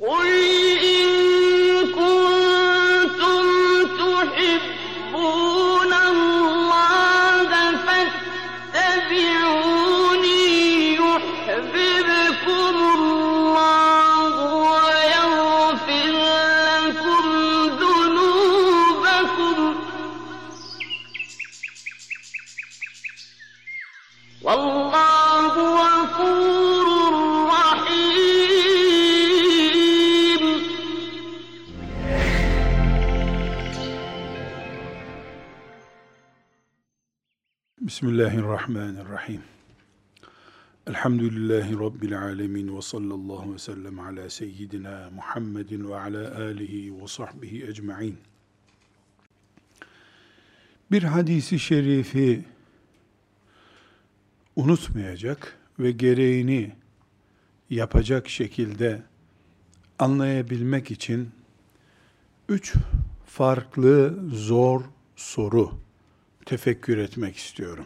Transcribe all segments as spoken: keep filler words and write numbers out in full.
قُلْ إِن كُنتُمْ تُحِبُّونَ اللَّهَ فَاتَّبِعُونِي يُحْبِبْكُمُ اللَّهُ وَيَغْفِرْ لَكُمْ ذُنُوبَكُمْ وَاللَّهُ غَفُورٌ رَّحِيمٌ. Bismillahirrahmanirrahim. Elhamdülillahi Rabbil alemin ve sallallahu ve sellem ala seyyidina Muhammedin ve ala alihi ve sahbihi ecma'in. Bir hadisi şerifi unutmayacak ve gereğini yapacak şekilde anlayabilmek için üç farklı zor soru tefekkür etmek istiyorum.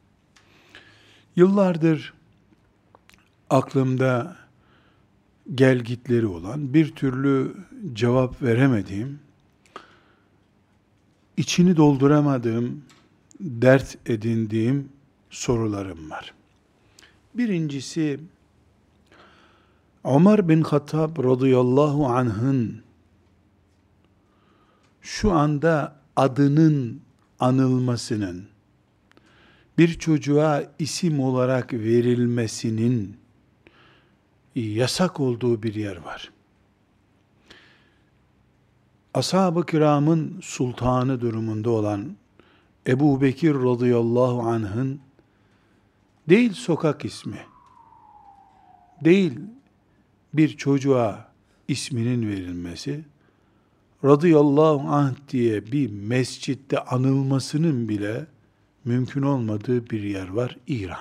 Yıllardır aklımda gelgitleri olan, bir türlü cevap veremediğim, içini dolduramadığım, dert edindiğim sorularım var. Birincisi, Ömer bin Hattab radıyallahu anh'ın şu anda adının anılmasının, bir çocuğa isim olarak verilmesinin yasak olduğu bir yer var. Ashab-ı kiramın sultanı durumunda olan Ebu Bekir radıyallahu anh'ın değil sokak ismi, değil bir çocuğa isminin verilmesi, radıyallahu anh diye bir mescitte anılmasının bile mümkün olmadığı bir yer var, İran.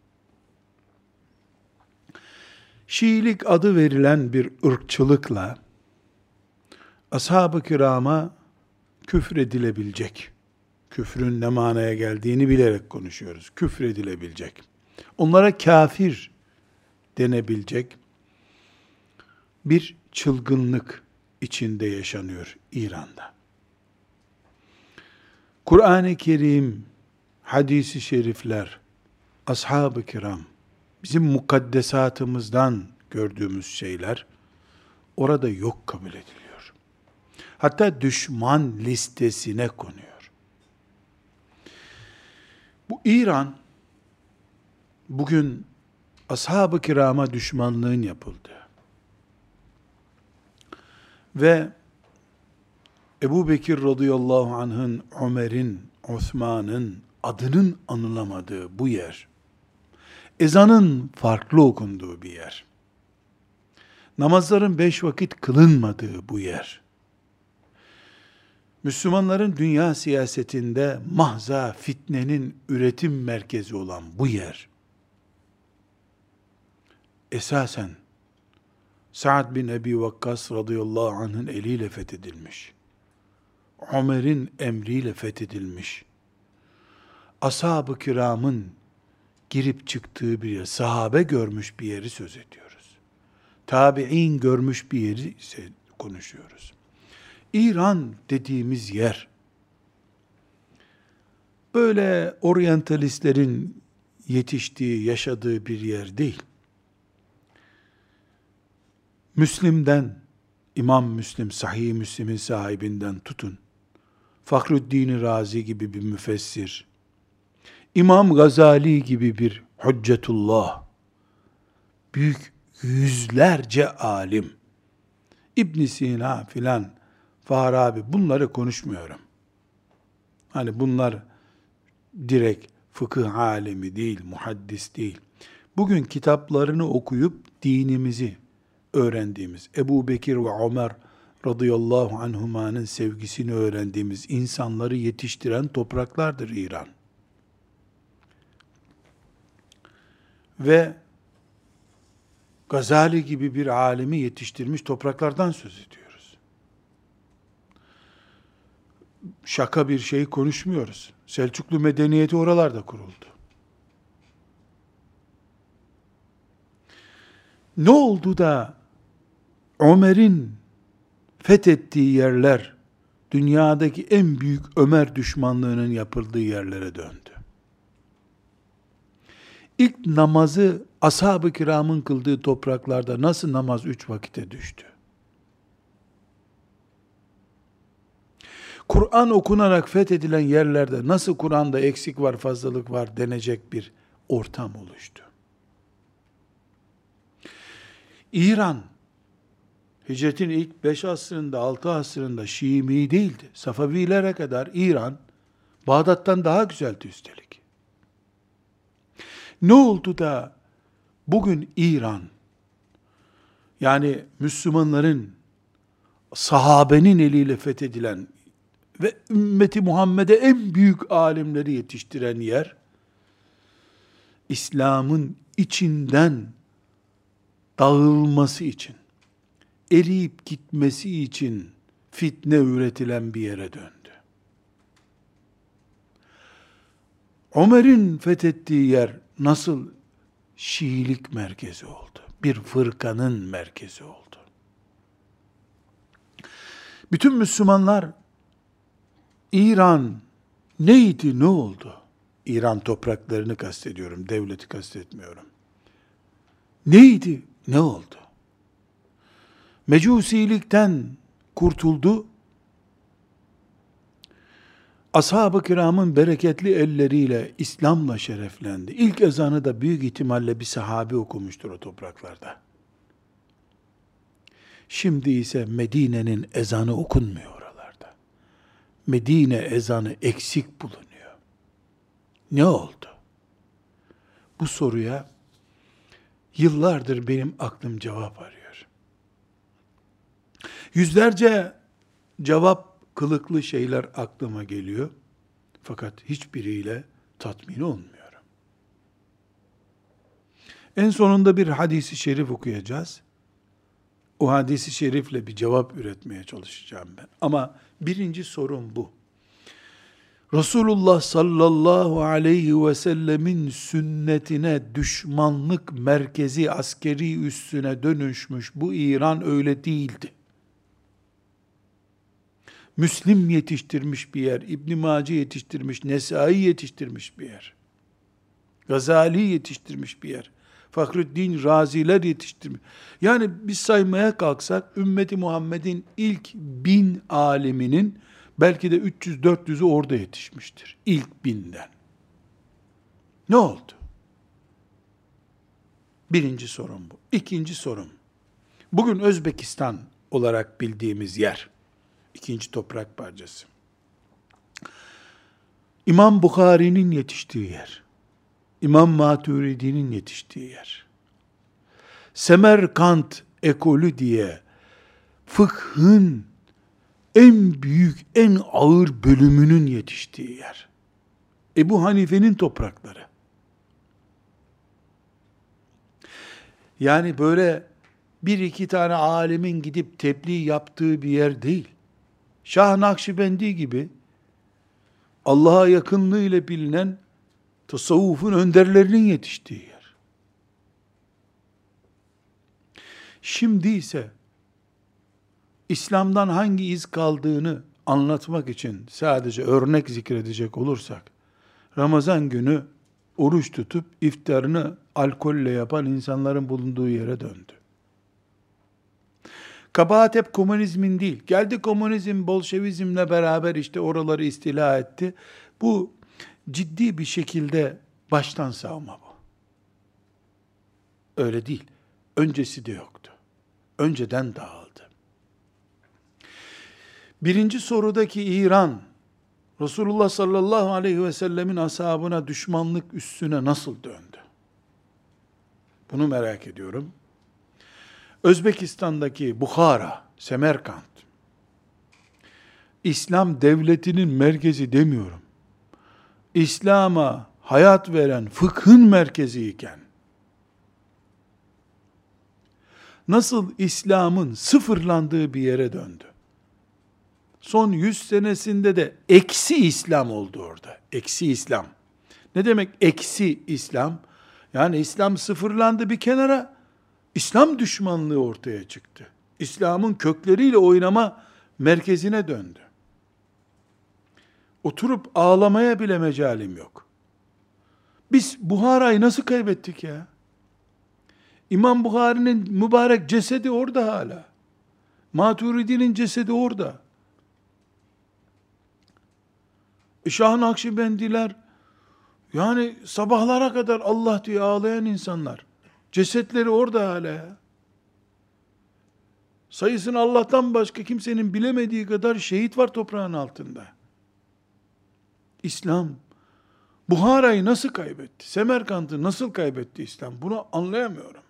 Şiilik adı verilen bir ırkçılıkla ashab-ı kirama küfredilebilecek, küfrün ne manaya geldiğini bilerek konuşuyoruz, küfredilebilecek, onlara kafir denebilecek bir çılgınlık içinde yaşanıyor İran'da. Kur'an-ı Kerim, hadis-i şerifler, ashab-ı kiram, bizim mukaddesatımızdan gördüğümüz şeyler orada yok kabul ediliyor. Hatta düşman listesine konuyor. Bu İran, bugün ashab-ı kirama düşmanlığın yapıldığı ve Ebu Bekir radıyallahu anh'ın, Ömer'in, Osman'ın adının anılamadığı bu yer, ezanın farklı okunduğu bir yer, namazların beş vakit kılınmadığı bu yer, Müslümanların dünya siyasetinde mahza fitnenin üretim merkezi olan bu yer, esasen Sa'd bin Ebi Vakkas radıyallahu anh'ın eliyle fethedilmiş, Ömer'in emriyle fethedilmiş, ashab-ı kiramın girip çıktığı bir yer, sahabe görmüş bir yeri söz ediyoruz. Tabi'in görmüş bir yeri konuşuyoruz. İran dediğimiz yer, böyle oryantalistlerin yetiştiği, yaşadığı bir yer değil. Müslim'den, İmam Müslim, Sahih Müslim'in sahibinden tutun, Fahruddin Razi gibi bir müfessir, İmam Gazali gibi bir Hüccetullah, büyük yüzlerce alim, İbn Sina filan, Farabi, bunları konuşmuyorum. Hani bunlar direkt fıkıh alimi değil, muhaddis değil. Bugün kitaplarını okuyup dinimizi öğrendiğimiz, Ebu Bekir ve Ömer radıyallahu anhumanın sevgisini öğrendiğimiz insanları yetiştiren topraklardır İran. Ve Gazali gibi bir alimi yetiştirmiş topraklardan söz ediyoruz. Şaka bir şey konuşmuyoruz. Selçuklu medeniyeti oralarda kuruldu. Ne oldu da Ömer'in fethettiği yerler, dünyadaki en büyük Ömer düşmanlığının yapıldığı yerlere döndü. İlk namazı ashab-ı kiramın kıldığı topraklarda nasıl namaz üç vakite düştü? Kur'an okunarak fethedilen yerlerde nasıl Kur'an'da eksik var, fazlalık var denecek bir ortam oluştu. İran, hicretin ilk beş asrında, altı asrında Şii değildi. Safavilere kadar İran, Bağdat'tan daha güzeldi üstelik. Ne oldu da bugün İran, yani Müslümanların, sahabenin eliyle fethedilen ve ümmeti Muhammed'e en büyük alimleri yetiştiren yer, İslam'ın içinden dağılması için, eriyip gitmesi için fitne üretilen bir yere döndü. Ömer'in fethettiği yer nasıl Şiilik merkezi oldu? Bir fırkanın merkezi oldu. Bütün Müslümanlar, İran neydi, ne oldu? İran topraklarını kastediyorum, devleti kastetmiyorum. Neydi, ne oldu? Mecusilikten kurtuldu. Ashab-ı kiramın bereketli elleriyle İslam'la şereflendi. İlk ezanı da büyük ihtimalle bir sahabi okumuştur o topraklarda. Şimdi ise Medine'nin ezanı okunmuyor oralarda. Medine ezanı eksik bulunuyor. Ne oldu? Bu soruya yıllardır benim aklım cevap arıyor. Yüzlerce cevap kılıklı şeyler aklıma geliyor. Fakat hiçbiriyle tatmin olmuyorum. En sonunda bir hadisi şerif okuyacağız. O hadisi şerifle bir cevap üretmeye çalışacağım ben. Ama birinci sorun bu. Resulullah sallallahu aleyhi ve sellemin sünnetine düşmanlık merkezi, askeri üssüne dönüşmüş bu İran öyle değildi. Müslim yetiştirmiş bir yer, İbn Mace yetiştirmiş, Nesai yetiştirmiş bir yer. Gazali yetiştirmiş bir yer. Fakrüddin Raziler yetiştirmiş. Yani biz saymaya kalksak ümmeti Muhammed'in ilk bin aliminin belki de üç yüz dört yüzü orada yetişmiştir. İlk binden. Ne oldu? Birinci sorun bu. İkinci sorun. Bugün Özbekistan olarak bildiğimiz yer. İkinci toprak parçası. İmam Bukhari'nin yetiştiği yer. İmam Maturidi'nin yetiştiği yer. Semerkant ekolü diye fıkhın en büyük, en ağır bölümünün yetiştiği yer. Ebu Hanife'nin toprakları. Yani böyle bir iki tane alemin gidip tebliğ yaptığı bir yer değil. Şah Nakşibendi gibi Allah'a yakınlığıyla bilinen tasavvufun önderlerinin yetiştiği yer. Şimdi ise İslam'dan hangi iz kaldığını anlatmak için sadece örnek zikredecek olursak, Ramazan günü oruç tutup iftarını alkolle yapan insanların bulunduğu yere döndü. Kabahat hep komünizmin değil. Geldi komünizm, Bolşevizmle beraber işte oraları istila etti. Bu ciddi bir şekilde baştan savma bu. Öyle değil. Öncesi de yoktu. Önceden dağıldı. Birinci sorudaki İran, Resulullah sallallahu aleyhi ve sellemin ashabına düşmanlık üstüne nasıl döndü? Bunu merak ediyorum. Özbekistan'daki Bukhara, Semerkant, İslam devletinin merkezi demiyorum. İslam'a hayat veren fıkhın merkeziyken, nasıl İslam'ın sıfırlandığı bir yere döndü? Son yüz senesinde de eksi İslam oldu orada. Eksi İslam. Ne demek eksi İslam? Yani İslam sıfırlandı bir kenara, İslam düşmanlığı ortaya çıktı. İslam'ın kökleriyle oynama merkezine döndü. Oturup ağlamaya bile mecalim yok. Biz Buhara'yı nasıl kaybettik ya? İmam Buhari'nin mübarek cesedi orada hala. Maturidi'nin cesedi orada. Şah-ı Nakşibendiler, yani sabahlara kadar Allah diye ağlayan insanlar. Cesetleri orada hala ya. Sayısını Allah'tan başka kimsenin bilemediği kadar şehit var toprağın altında. İslam, Buhara'yı nasıl kaybetti? Semerkant'ı nasıl kaybetti İslam? Bunu anlayamıyorum.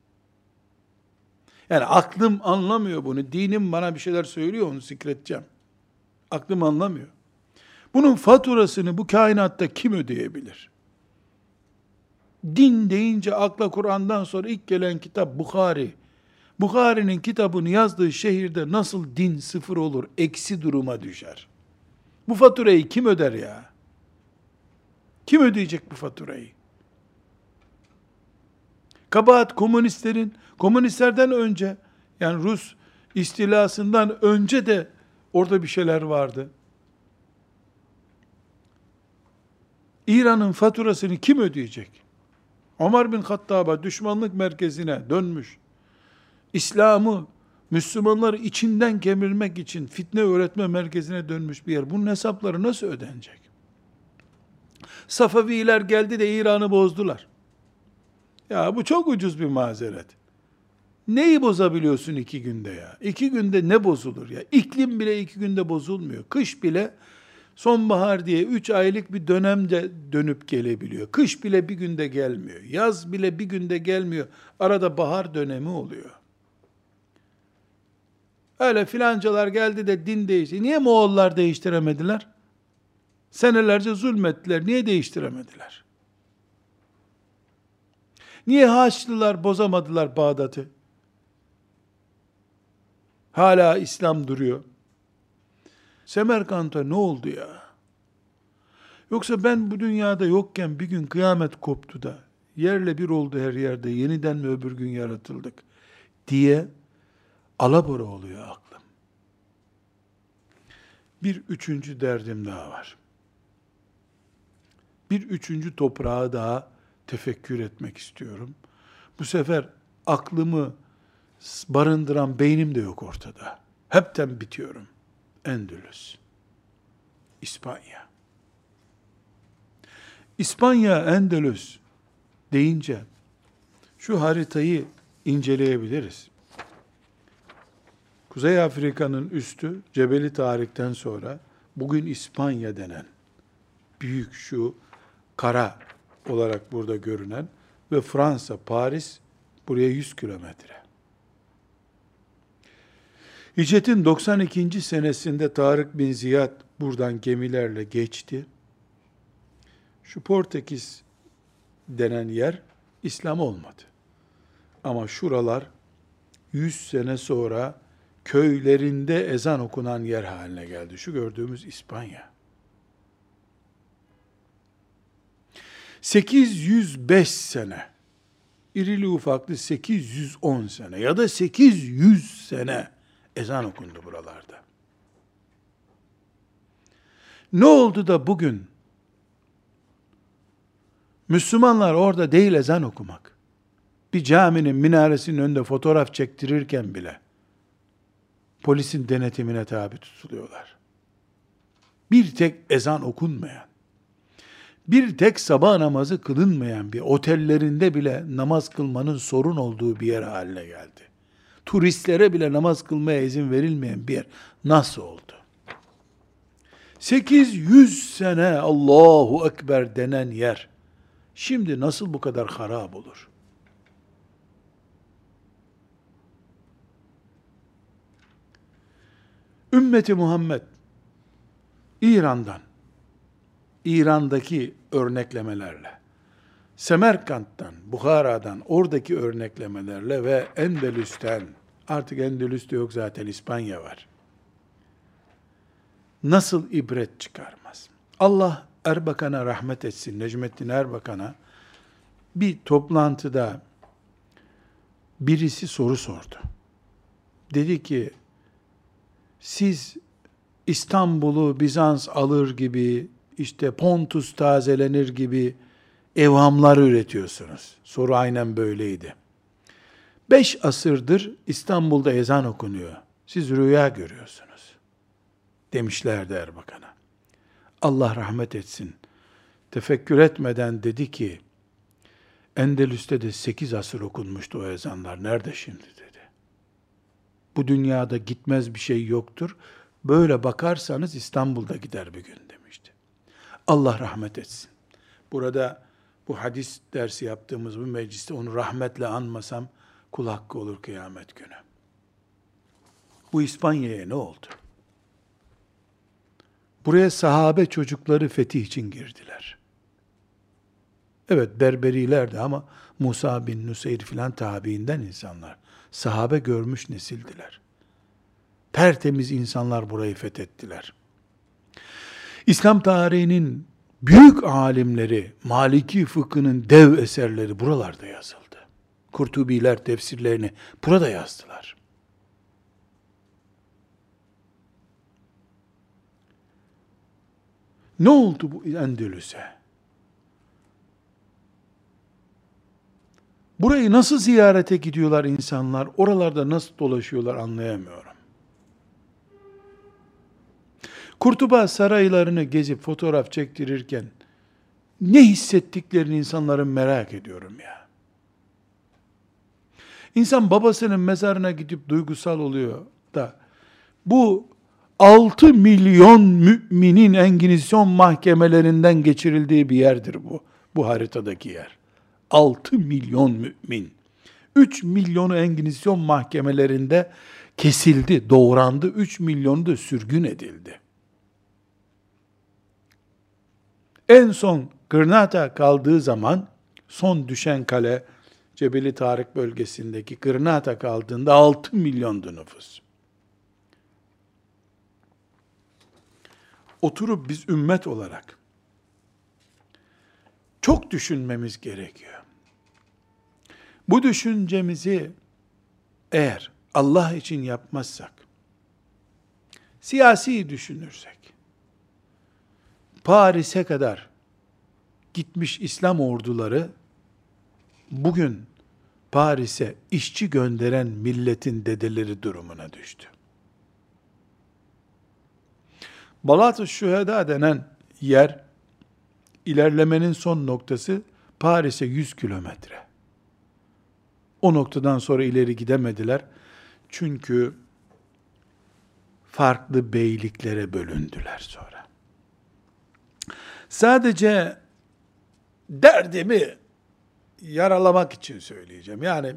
Yani aklım anlamıyor bunu. Dinim bana bir şeyler söylüyor, onu zikredeceğim. Aklım anlamıyor. Bunun faturasını bu kainatta kim ödeyebilir? Din deyince akla Kur'an'dan sonra ilk gelen kitap Bukhari. Bukhari'nin kitabını yazdığı şehirde nasıl din sıfır olur, eksi duruma düşer? Bu faturayı kim öder ya? Kim ödeyecek bu faturayı? Kabahat komünistlerin, komünistlerden önce, yani Rus istilasından önce de orada bir şeyler vardı. İran'ın faturasını kim ödeyecek? Ömer bin Hattab'a düşmanlık merkezine dönmüş, İslam'ı, Müslümanları içinden kemirmek için fitne öğretme merkezine dönmüş bir yer. Bunun hesapları nasıl ödenecek? Safaviler geldi de İran'ı bozdular. Ya bu çok ucuz bir mazeret. Neyi bozabiliyorsun iki günde ya? İki günde ne bozulur ya? İklim bile iki günde bozulmuyor. Kış bile sonbahar diye üç aylık bir dönemde dönüp gelebiliyor. Kış bile bir günde gelmiyor. Yaz bile bir günde gelmiyor. Arada bahar dönemi oluyor. Öyle filancalar geldi de din değişti. Niye Moğollar değiştiremediler? Senelerce zulmettiler. Niye değiştiremediler? Niye Haçlılar bozamadılar Bağdat'ı? Hala İslam duruyor. Semerkant'a ne oldu ya? Yoksa ben bu dünyada yokken bir gün kıyamet koptu da yerle bir oldu her yerde, yeniden mi öbür gün yaratıldık diye alabora oluyor aklım. Bir üçüncü derdim daha var. Bir üçüncü toprağı daha tefekkür etmek istiyorum. Bu sefer aklımı barındıran beynim de yok ortada. Hepten bitiyorum. Endülüs, İspanya. İspanya, Endülüs deyince şu haritayı inceleyebiliriz. Kuzey Afrika'nın üstü Cebeli Tarik'ten sonra bugün İspanya denen büyük şu kara olarak burada görünen ve Fransa, Paris buraya yüz kilometre. Hicretin doksan ikinci senesinde Tarık bin Ziyad buradan gemilerle geçti. Şu Portekiz denen yer İslam olmadı. Ama şuralar yüz sene sonra köylerinde ezan okunan yer haline geldi. Şu gördüğümüz İspanya. sekiz yüz beş sene, irili ufaklı sekiz yüz on sene ya da sekiz yüz sene ezan okundu buralarda. Ne oldu da bugün Müslümanlar orada değil ezan okumak, bir caminin minaresinin önünde fotoğraf çektirirken bile polisin denetimine tabi tutuluyorlar. Bir tek ezan okunmayan, bir tek sabah namazı kılınmayan bir otellerinde bile namaz kılmanın sorun olduğu bir yer haline geldi. Turistlere bile namaz kılmaya izin verilmeyen bir yer nasıl oldu? sekiz yüz sene Allahu Ekber denen yer şimdi nasıl bu kadar harap olur? Ümmeti Muhammed İran'dan, İran'daki örneklemelerle, Semerkant'tan, Bukhara'dan, oradaki örneklemelerle ve Endülüs'ten, artık Endülüs de yok zaten, İspanya var. Nasıl ibret çıkarmaz? Allah Erbakan'a rahmet etsin, Necmettin Erbakan'a bir toplantıda birisi soru sordu. Dedi ki, siz İstanbul'u Bizans alır gibi, işte Pontus tazelenir gibi evhamlar üretiyorsunuz. Soru aynen böyleydi. Beş asırdır İstanbul'da ezan okunuyor. Siz rüya görüyorsunuz. Demişlerdi Erbakan'a. Allah rahmet etsin. Tefekkür etmeden dedi ki, Endülüs'te de sekiz asır okunmuştu o ezanlar. Nerede şimdi dedi. Bu dünyada gitmez bir şey yoktur. Böyle bakarsanız İstanbul'da gider bir gün demişti. Allah rahmet etsin. Burada bu hadis dersi yaptığımız bu mecliste onu rahmetle anmasam kul hakkı olur kıyamet günü. Bu İspanya'ya ne oldu? Buraya sahabe çocukları fetih için girdiler. Evet Berberilerdi ama Musa bin Nuseyr filan tabiinden insanlar. Sahabe görmüş nesildiler. Tertemiz insanlar burayı fethettiler. İslam tarihinin büyük alimleri, Maliki fıkhının dev eserleri buralarda yazıldı. Kurtubiler tefsirlerini burada yazdılar. Ne oldu bu Endülüs'e? Burayı nasıl ziyarete gidiyorlar insanlar? Oralarda nasıl dolaşıyorlar anlayamıyorum. Kurtuba saraylarını gezip fotoğraf çektirirken ne hissettiklerini insanların merak ediyorum ya. İnsan babasının mezarına gidip duygusal oluyor da bu altı milyon müminin Engizisyon mahkemelerinden geçirildiği bir yerdir bu. Bu haritadaki yer. altı milyon mümin. üç milyonu Engizisyon mahkemelerinde kesildi, doğrandı. üç milyonu da sürgün edildi. En son Gırnata kaldığı zaman son düşen kale Cebeli Tarık bölgesindeki Gırnata kaldığında altı milyondu nüfus. Oturup biz ümmet olarak çok düşünmemiz gerekiyor. Bu düşüncemizi eğer Allah için yapmazsak, siyasi düşünürsek, Paris'e kadar gitmiş İslam orduları, bugün Paris'e işçi gönderen milletin dedeleri durumuna düştü. Balat-ı Şüheda denen yer, ilerlemenin son noktası Paris'e yüz kilometre. O noktadan sonra ileri gidemediler. Çünkü farklı beyliklere bölündüler sonra. Sadece derdimi yaralamak için söyleyeceğim. Yani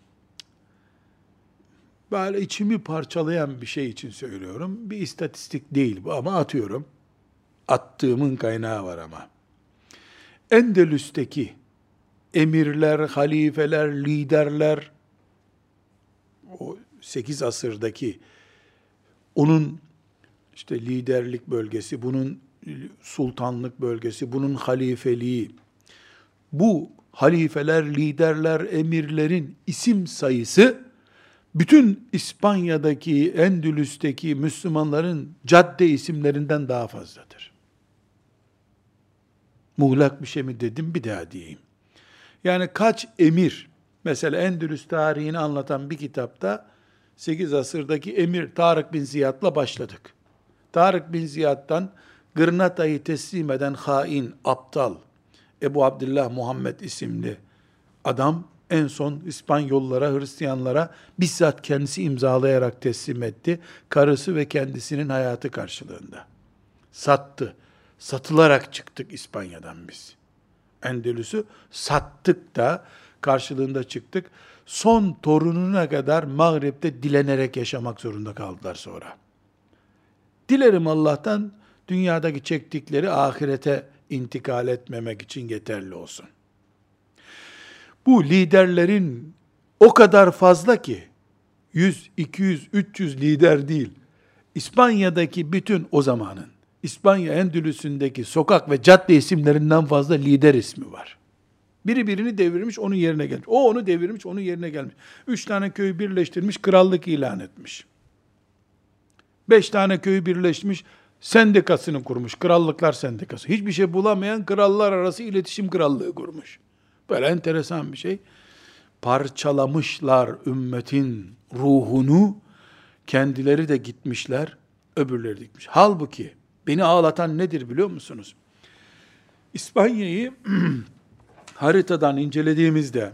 böyle içimi parçalayan bir şey için söylüyorum. Bir istatistik değil bu ama atıyorum. Attığımın kaynağı var ama. Endülüs'teki emirler, halifeler, liderler, o sekiz asırdaki onun işte liderlik bölgesi, bunun sultanlık bölgesi, bunun halifeliği, bu halifeler, liderler, emirlerin isim sayısı, bütün İspanya'daki, Endülüs'teki Müslümanların cadde isimlerinden daha fazladır. Muğlak bir şey mi dedim, bir daha diyeyim. Yani kaç emir, mesela Endülüs tarihini anlatan bir kitapta, sekiz asırdaki emir Tarık bin Ziyad'la başladık. Tarık bin Ziyad'dan Gırnata'yı teslim eden hain, aptal, Ebu Abdillah Muhammed isimli adam, en son İspanyollara, Hristiyanlara bizzat kendisi imzalayarak teslim etti. Karısı ve kendisinin hayatı karşılığında. Sattı. Satılarak çıktık İspanya'dan biz. Endülüs'ü sattık da karşılığında çıktık. Son torununa kadar Mağrib'de dilenerek yaşamak zorunda kaldılar sonra. Dilerim Allah'tan dünyadaki çektikleri ahirete intikal etmemek için yeterli olsun. Bu liderlerin o kadar fazla ki, yüz, iki yüz, üç yüz lider değil, İspanya'daki bütün o zamanın, İspanya Endülüs'ündeki sokak ve cadde isimlerinden fazla lider ismi var. Biri birini devirmiş, onun yerine gelmiş. O onu devirmiş, onun yerine gelmiş. Üç tane köyü birleştirmiş, krallık ilan etmiş. Beş tane köyü birleştirmiş, sendikasını kurmuş. Krallıklar sendikası. Hiçbir şey bulamayan krallar arası iletişim krallığı kurmuş. Böyle enteresan bir şey. Parçalamışlar ümmetin ruhunu, kendileri de gitmişler, öbürleri de gitmiş. Halbuki beni ağlatan nedir biliyor musunuz? İspanya'yı haritadan incelediğimizde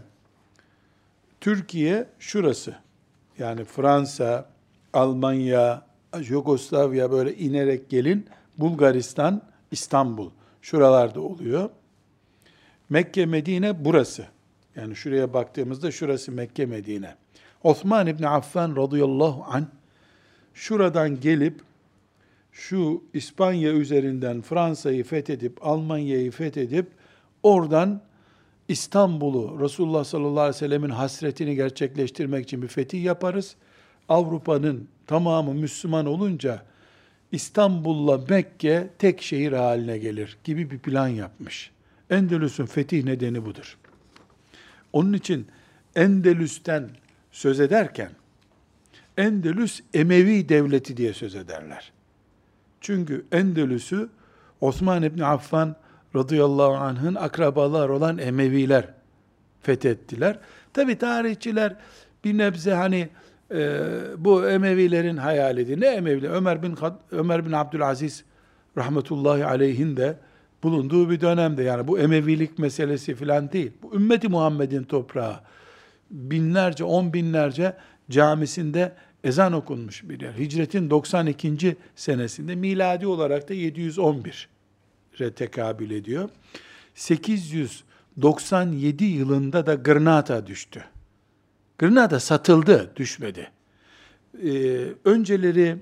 Türkiye şurası. Yani Fransa, Almanya, Yugoslavya böyle inerek gelin, Bulgaristan, İstanbul şuralarda oluyor. Mekke, Medine burası. Yani şuraya baktığımızda şurası Mekke, Medine. Osman İbni Affan radıyallahu anh şuradan gelip şu İspanya üzerinden Fransa'yı fethedip Almanya'yı fethedip oradan İstanbul'u Resulullah sallallahu aleyhi ve sellemin hasretini gerçekleştirmek için bir fetih yaparız. Avrupa'nın tamamı Müslüman olunca İstanbul'la Mekke tek şehir haline gelir gibi bir plan yapmış. Endülüs'ün fetih nedeni budur. Onun için Endülüs'ten söz ederken Endülüs Emevi devleti diye söz ederler. Çünkü Endülüs'ü Osman İbni Affan radıyallahu anh'ın akrabalar olan Emeviler fethettiler. Tabi tarihçiler bir nebze hani e, bu Emevilerin hayaliydi. Ne Emeviler? Ömer bin Ömer bin Abdülaziz rahmetullahi aleyhin de bulunduğu bir dönemde, yani bu Emevilik meselesi filan değil. Bu ümmeti Muhammed'in toprağı. Binlerce, on binlerce camisinde ezan okunmuş bir yer. Hicretin doksan ikinci senesinde, miladi olarak da yedi yüz on bire tekabül ediyor. sekiz yüz doksan yedi yılında da Granada düştü. Granada satıldı, düşmedi. Ee, önceleri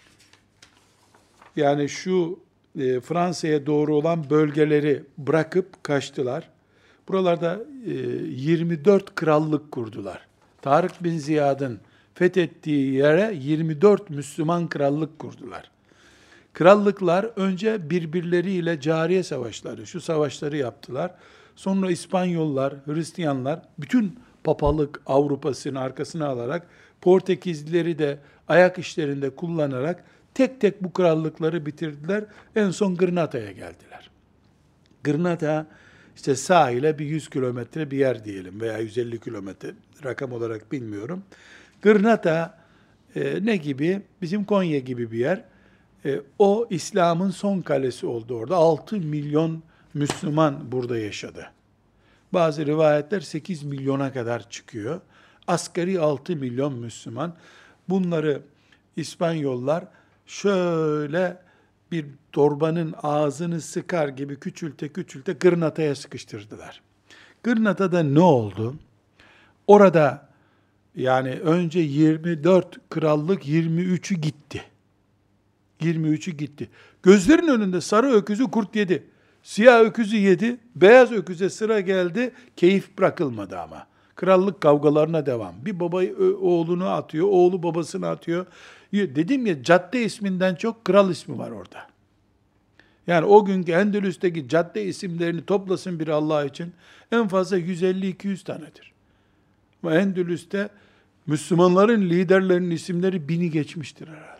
yani şu e, Fransa'ya doğru olan bölgeleri bırakıp kaçtılar. Buralarda e, yirmi dört krallık kurdular. Tarık bin Ziyad'ın fethettiği yere yirmi dört Müslüman krallık kurdular. Krallıklar önce birbirleriyle cariye savaşları, şu savaşları yaptılar. Sonra İspanyollar, Hristiyanlar bütün papalık Avrupa'sını arkasına alarak Portekizlileri de ayak işlerinde kullanarak tek tek bu krallıkları bitirdiler. En son Granada'ya geldiler. Granada işte sahile bir yüz kilometre bir yer diyelim veya yüz elli kilometre, rakam olarak bilmiyorum. Granada e, ne gibi? Bizim Konya gibi bir yer. E, o İslam'ın son kalesi oldu orada. altı milyon Müslüman burada yaşadı. Bazı rivayetler sekiz milyona kadar çıkıyor. Asgari altı milyon Müslüman. Bunları İspanyollar şöyle bir torbanın ağzını sıkar gibi küçülte küçülte Granada'ya sıkıştırdılar. Granada'da ne oldu? Orada yani önce yirmi dört krallık, yirmi üçü gitti. yirmi üçü gitti. Gözlerin önünde sarı öküzü kurt yedi. Siyah öküzü yedi. Beyaz öküze sıra geldi. Keyif bırakılmadı ama. Krallık kavgalarına devam. Bir baba oğlunu atıyor, oğlu babasını atıyor. Dedim ya, cadde isminden çok kral ismi var orada. Yani o günkü Endülüs'teki cadde isimlerini toplasın biri Allah için en fazla yüz elli iki yüz tanedir. Ama Endülüs'te Müslümanların liderlerinin isimleri bini geçmiştir herhalde.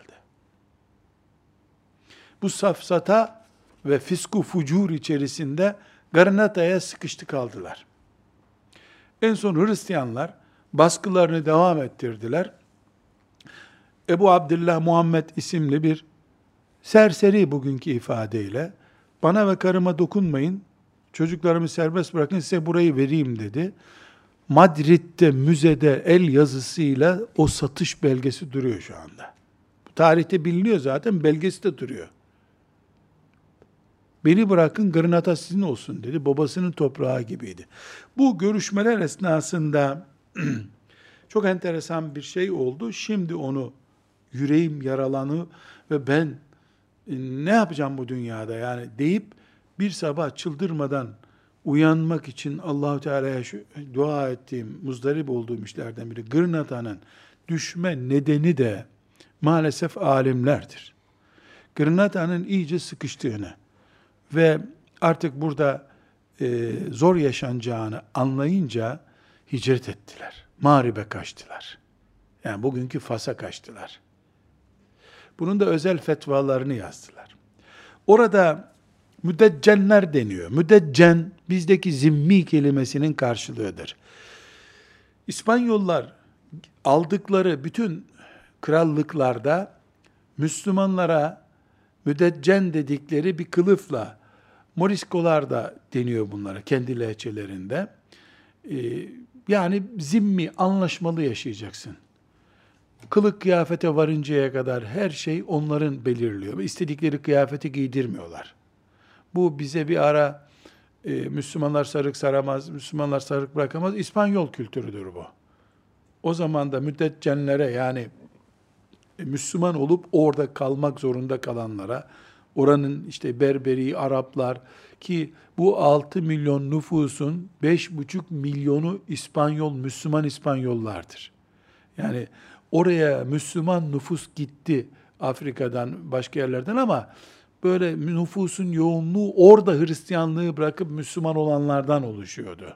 Bu safsata ve fisku fucur içerisinde Granada'ya sıkıştı kaldılar. En son Hristiyanlar baskılarını devam ettirdiler. Ebu Abdullah Muhammed isimli bir serseri, bugünkü ifadeyle, bana ve karıma dokunmayın, çocuklarımı serbest bırakın, size burayı vereyim dedi. Madrid'de müzede el yazısıyla o satış belgesi duruyor şu anda. Bu tarihte biliniyor zaten, belgesi de duruyor. Beni bırakın, Granada sizin olsun dedi. Babasının toprağı gibiydi. Bu görüşmeler esnasında çok enteresan bir şey oldu. Şimdi onu yüreğim yaralanı ve ben ne yapacağım bu dünyada yani deyip bir sabah çıldırmadan uyanmak için Allah-u Teala'ya şu dua ettiğim, muzdarip olduğum işlerden biri Granada'nın düşme nedeni de maalesef alimlerdir. Granada'nın iyice sıkıştığını ve artık burada e, zor yaşanacağını anlayınca hicret ettiler. Mağrib'e kaçtılar. Yani bugünkü Fas'a kaçtılar. Bunun da özel fetvalarını yazdılar. Orada müdeccenler deniyor. Müdeccen bizdeki zimmi kelimesinin karşılığıdır. İspanyollar aldıkları bütün krallıklarda Müslümanlara müdeccen dedikleri bir kılıfla, Moriskolar da deniyor bunlara kendi lehçelerinde. Ee, yani zimmi, anlaşmalı yaşayacaksın. Kılık kıyafete varıncaya kadar her şey onların belirliyor. İstedikleri kıyafeti giydirmiyorlar. Bu bize bir ara e, Müslümanlar sarık saramaz, Müslümanlar sarık bırakamaz. İspanyol kültürüdür bu. O zaman da müddetcenlere, yani e, Müslüman olup orada kalmak zorunda kalanlara, oranın işte Berberi, Araplar, ki bu altı milyon nüfusun beş buçuk milyonu İspanyol, Müslüman İspanyollardır. Yani oraya Müslüman nüfus gitti Afrika'dan, başka yerlerden, ama böyle nüfusun yoğunluğu orada Hristiyanlığı bırakıp Müslüman olanlardan oluşuyordu.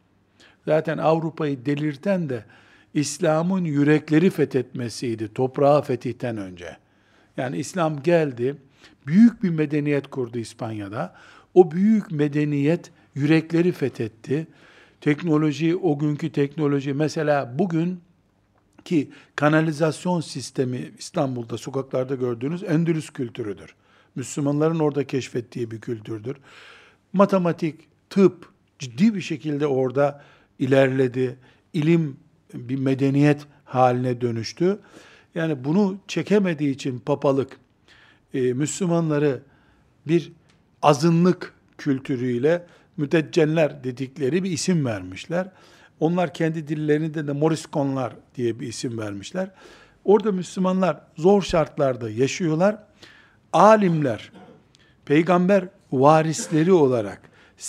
Zaten Avrupa'yı delirten de İslam'ın yürekleri fethetmesiydi, toprağı fetihten önce. Yani İslam geldi, büyük bir medeniyet kurdu İspanya'da. O büyük medeniyet yürekleri fethetti. Teknoloji, o günkü teknoloji, mesela bugün ki kanalizasyon sistemi İstanbul'da sokaklarda gördüğünüz Endülüs kültürüdür. Müslümanların orada keşfettiği bir kültürdür. Matematik, tıp ciddi bir şekilde orada ilerledi. İlim bir medeniyet haline dönüştü. Yani bunu çekemediği için papalık, e, Müslümanları bir azınlık kültürüyle müdeccenler dedikleri bir isim vermişler. Onlar kendi dillerinde de Moriskonlar diye bir isim vermişler. Orada Müslümanlar zor şartlarda yaşıyorlar. Alimler, peygamber varisleri olarak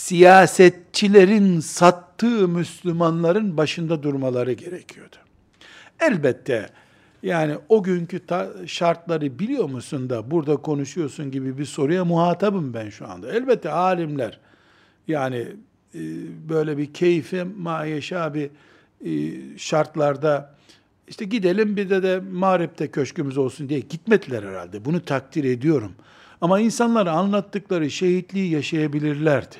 siyasetçilerin sattığı Müslümanların başında durmaları gerekiyordu. Elbette yani o günkü şartları biliyor musun da burada konuşuyorsun gibi bir soruya muhatabım ben şu anda. Elbette alimler, yani e, böyle bir keyfe mayeşa bir e, şartlarda işte gidelim bir de de Mağrip'te köşkümüz olsun diye gitmediler herhalde. Bunu takdir ediyorum. Ama insanlara anlattıkları şehitliği yaşayabilirlerdi.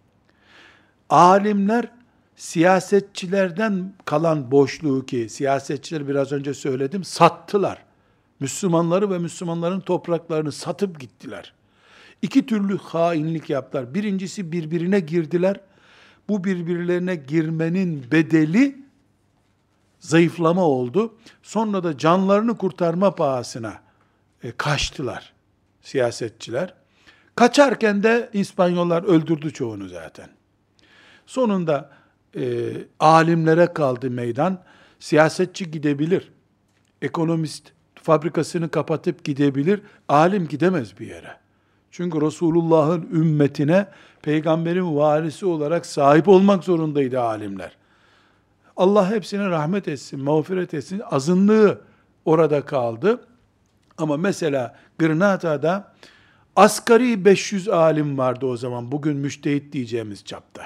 Alimler siyasetçilerden kalan boşluğu, ki siyasetçiler biraz önce söyledim, sattılar. Müslümanları ve Müslümanların topraklarını satıp gittiler. İki türlü hainlik yaptılar. Birincisi birbirine girdiler. Bu birbirlerine girmenin bedeli zayıflama oldu. Sonra da canlarını kurtarma pahasına e, kaçtılar siyasetçiler. Kaçarken de İspanyollar öldürdü çoğunu zaten. Sonunda e, alimlere kaldı meydan. Siyasetçi gidebilir. Ekonomist fabrikasını kapatıp gidebilir. Alim gidemez bir yere. Çünkü Resulullah'ın ümmetine peygamberin varisi olarak sahip olmak zorundaydı alimler. Allah hepsine rahmet etsin, mağfiret etsin. Azınlığı orada kaldı. Ama mesela Granada'da asgari beş yüz alim vardı o zaman. Bugün müştehit diyeceğimiz çapta.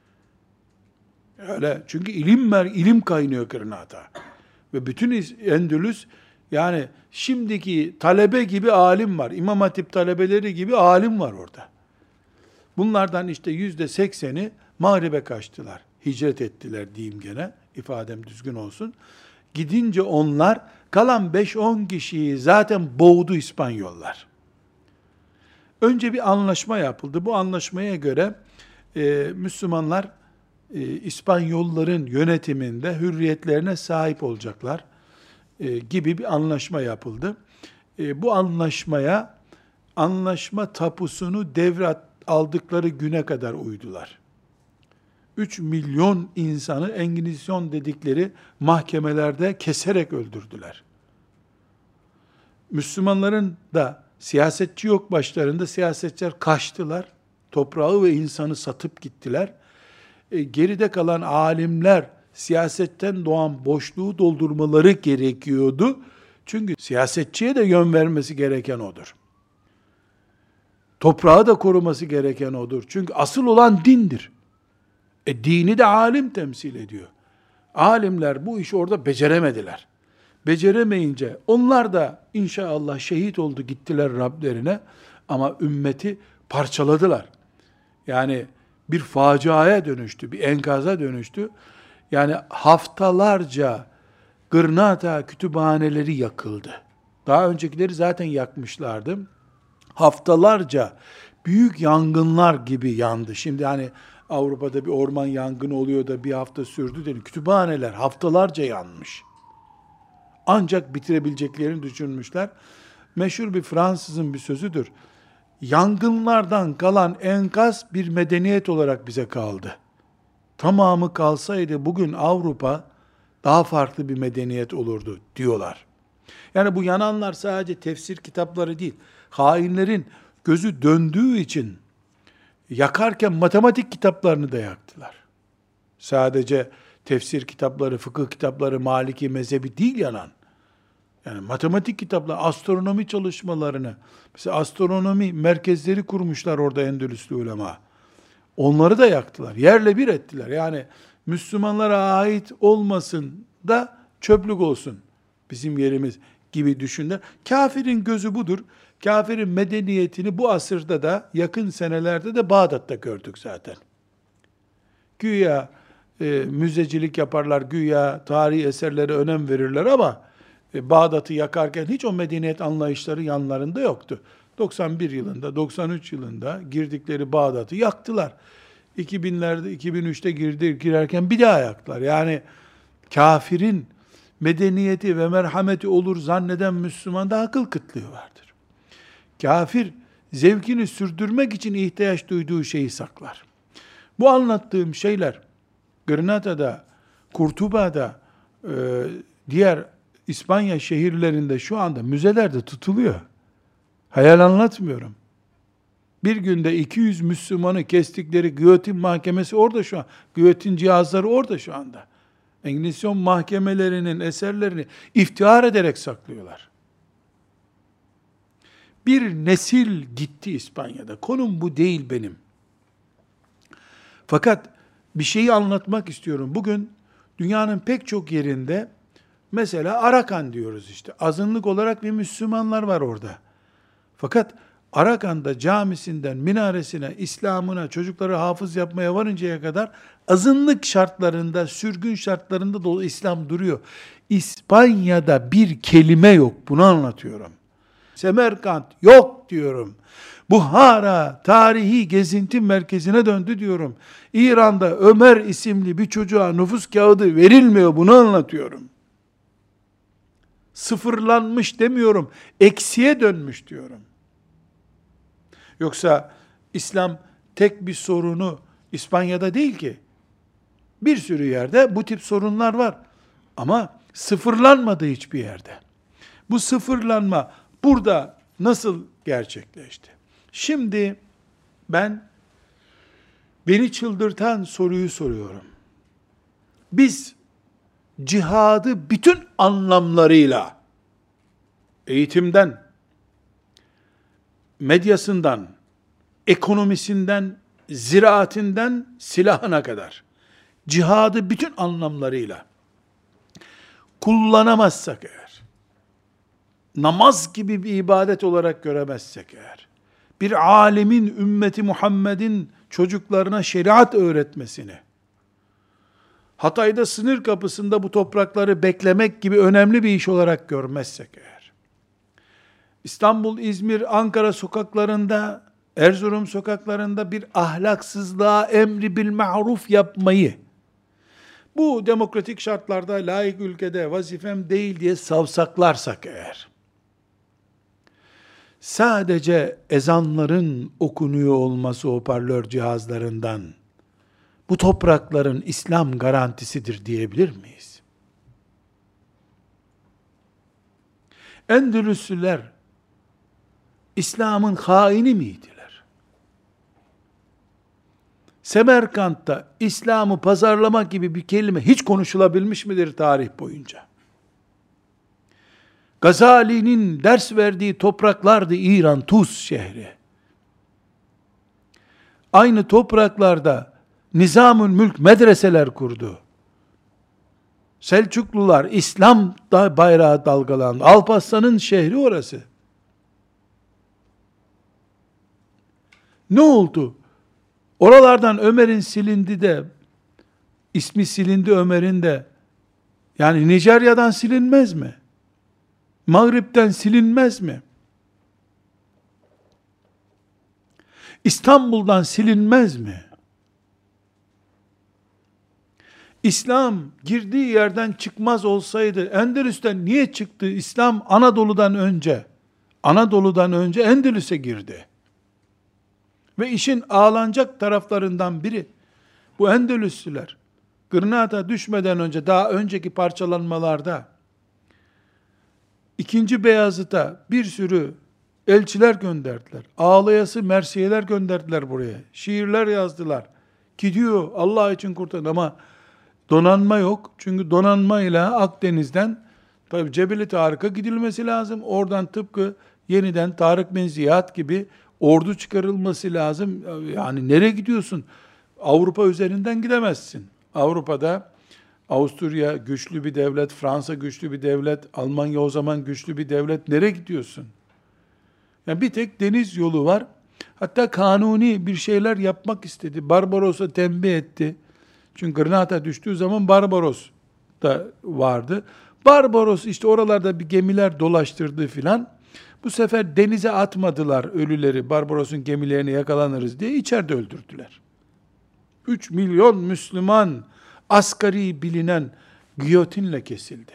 Öyle. Çünkü ilim mer, ilim kaynıyor Granada. Ve bütün Endülüs, yani şimdiki talebe gibi alim var. İmam Hatip talebeleri gibi alim var orada. Bunlardan işte yüzde sekseni Mağrib'e kaçtılar. Hicret ettiler diyeyim gene. İfadem düzgün olsun. Gidince onlar kalan beş on kişiyi zaten boğdu İspanyollar. Önce bir anlaşma yapıldı. Bu anlaşmaya göre e, Müslümanlar e, İspanyolların yönetiminde hürriyetlerine sahip olacaklar e, gibi bir anlaşma yapıldı. E, bu anlaşmaya anlaşma tapusunu devre aldıkları güne kadar uydular. üç milyon insanı Engizisyon dedikleri mahkemelerde keserek öldürdüler. Müslümanların da siyasetçi yok başlarında, siyasetçiler kaçtılar. Toprağı ve insanı satıp gittiler. E, geride kalan alimler siyasetten doğan boşluğu doldurmaları gerekiyordu. Çünkü siyasetçiye de yön vermesi gereken odur. Toprağı da koruması gereken odur. Çünkü asıl olan dindir. E dini de alim temsil ediyor. Alimler bu işi orada beceremediler. Beceremeyince onlar da inşallah şehit oldu, gittiler Rablerine, ama ümmeti parçaladılar. Yani bir faciaya dönüştü, bir enkaza dönüştü. Yani haftalarca Gırnata kütüphaneleri yakıldı. Daha öncekileri zaten yakmışlardı. Haftalarca büyük yangınlar gibi yandı. Şimdi hani Avrupa'da bir orman yangını oluyor da bir hafta sürdü değil. Kütüphaneler haftalarca yanmış. Ancak bitirebileceklerini düşünmüşler. Meşhur bir Fransızın bir sözüdür. Yangınlardan kalan enkaz bir medeniyet olarak bize kaldı. Tamamı kalsaydı bugün Avrupa daha farklı bir medeniyet olurdu diyorlar. Yani bu yananlar sadece tefsir kitapları değil, hainlerin gözü döndüğü için yakarken matematik kitaplarını da yaktılar. Sadece tefsir kitapları, fıkıh kitapları, Maliki mezhebi değil yanan. Yani matematik kitapları, astronomi çalışmalarını, mesela astronomi merkezleri kurmuşlar orada Endülüslü ulema. Onları da yaktılar, yerle bir ettiler. Yani Müslümanlara ait olmasın da çöplük olsun bizim yerimiz gibi düşünler. Kafirin gözü budur. Kafirin medeniyetini bu asırda da, yakın senelerde de Bağdat'ta gördük zaten. Güya e, müzecilik yaparlar, güya tarihi eserlere önem verirler ama e, Bağdat'ı yakarken hiç o medeniyet anlayışları yanlarında yoktu. doksan bir yılında, doksan üç yılında girdikleri Bağdat'ı yaktılar. iki binlerde, iki bin üçte girdi, girerken bir daha yaktılar. Yani kafirin medeniyeti ve merhameti olur zanneden Müslümanda akıl kıtlığı vardır. Kafir, zevkini sürdürmek için ihtiyaç duyduğu şeyi saklar. Bu anlattığım şeyler, Granada'da, Kurtuba'da, e, diğer İspanya şehirlerinde şu anda müzelerde tutuluyor. Hayal anlatmıyorum. Bir günde iki yüz Müslümanı kestikleri giyotin mahkemesi orada şu an. Giyotin cihazları orada şu anda. Engizisyon mahkemelerinin eserlerini iftihar ederek saklıyorlar. Bir nesil gitti İspanya'da. Konum bu değil benim. Fakat bir şeyi anlatmak istiyorum. Bugün dünyanın pek çok yerinde mesela Arakan diyoruz işte. Azınlık olarak bir Müslümanlar var orada. Fakat Arakan'da camisinden minaresine, İslam'ına, çocukları hafız yapmaya varıncaya kadar azınlık şartlarında, sürgün şartlarında da İslam duruyor. İspanya'da bir kelime yok. Bunu anlatıyorum. Semerkant yok diyorum. Buhara tarihi gezinti merkezine döndü diyorum. İran'da Ömer isimli bir çocuğa nüfus kağıdı verilmiyor. Bunu anlatıyorum. Sıfırlanmış demiyorum. Eksiye dönmüş diyorum. Yoksa İslam tek bir sorunu İspanya'da değil ki. Bir sürü yerde bu tip sorunlar var. Ama sıfırlanmadı hiçbir yerde. Bu sıfırlanma burada nasıl gerçekleşti? Şimdi ben beni çıldırtan soruyu soruyorum. Biz cihadı bütün anlamlarıyla eğitimden, medyasından, ekonomisinden, ziraatinden, silahına kadar cihadı bütün anlamlarıyla kullanamazsak eğer, namaz gibi bir ibadet olarak göremezsek eğer, bir alemin ümmeti Muhammed'in çocuklarına şeriat öğretmesini, Hatay'da sınır kapısında bu toprakları beklemek gibi önemli bir iş olarak görmezsek eğer, İstanbul, İzmir, Ankara sokaklarında, Erzurum sokaklarında bir ahlaksızlığa emri bil ma'ruf yapmayı, bu demokratik şartlarda layık ülkede vazifem değil diye savsaklarsak eğer, sadece ezanların okunuyor olması hoparlör cihazlarından, bu toprakların İslam garantisidir diyebilir miyiz? Endülüslüler, İslam'ın haini miydiler? Semerkant'ta İslam'ı pazarlamak gibi bir kelime hiç konuşulabilmiş midir tarih boyunca? Gazali'nin ders verdiği topraklardı İran, Tuz şehri. Aynı topraklarda Nizamül Mülk medreseler kurdu. Selçuklular İslam da bayrağı dalgalandı. Alparslan'ın şehri orası. Ne oldu? Oralardan Ömer'in silindi de, ismi silindi Ömer'in de, yani Nijerya'dan silinmez mi? Mağrip'ten silinmez mi? İstanbul'dan silinmez mi? İslam girdiği yerden çıkmaz olsaydı, Endülüs'ten niye çıktı? İslam Anadolu'dan önce, Anadolu'dan önce Endülüs'e girdi. Ve işin ağlanacak taraflarından biri, bu Endülüslüler, Gırnata düşmeden önce, daha önceki parçalanmalarda, ikinci Beyazıt'a bir sürü elçiler gönderdiler. Ağlayası mersiyeler gönderdiler buraya. Şiirler yazdılar. Gidiyor, Allah için kurtarın, ama donanma yok. Çünkü donanmayla Akdeniz'den tabii Cebeli Tarık'a gidilmesi lazım. Oradan tıpkı yeniden Tarık bin Ziyad gibi ordu çıkarılması lazım. Yani nereye gidiyorsun? Avrupa üzerinden gidemezsin. Avrupa'da Avusturya güçlü bir devlet, Fransa güçlü bir devlet, Almanya o zaman güçlü bir devlet. Nereye gidiyorsun? Yani bir tek deniz yolu var. Hatta kanuni bir şeyler yapmak istedi. Barbaros'a tembih etti. Çünkü Granada düştüğü zaman Barbaros da vardı. Barbaros işte oralarda bir gemiler dolaştırdı filan. Bu sefer denize atmadılar ölüleri, Barbaros'un gemilerine yakalanırız diye, içeride öldürdüler. üç milyon Müslüman asgari bilinen giyotinle kesildi.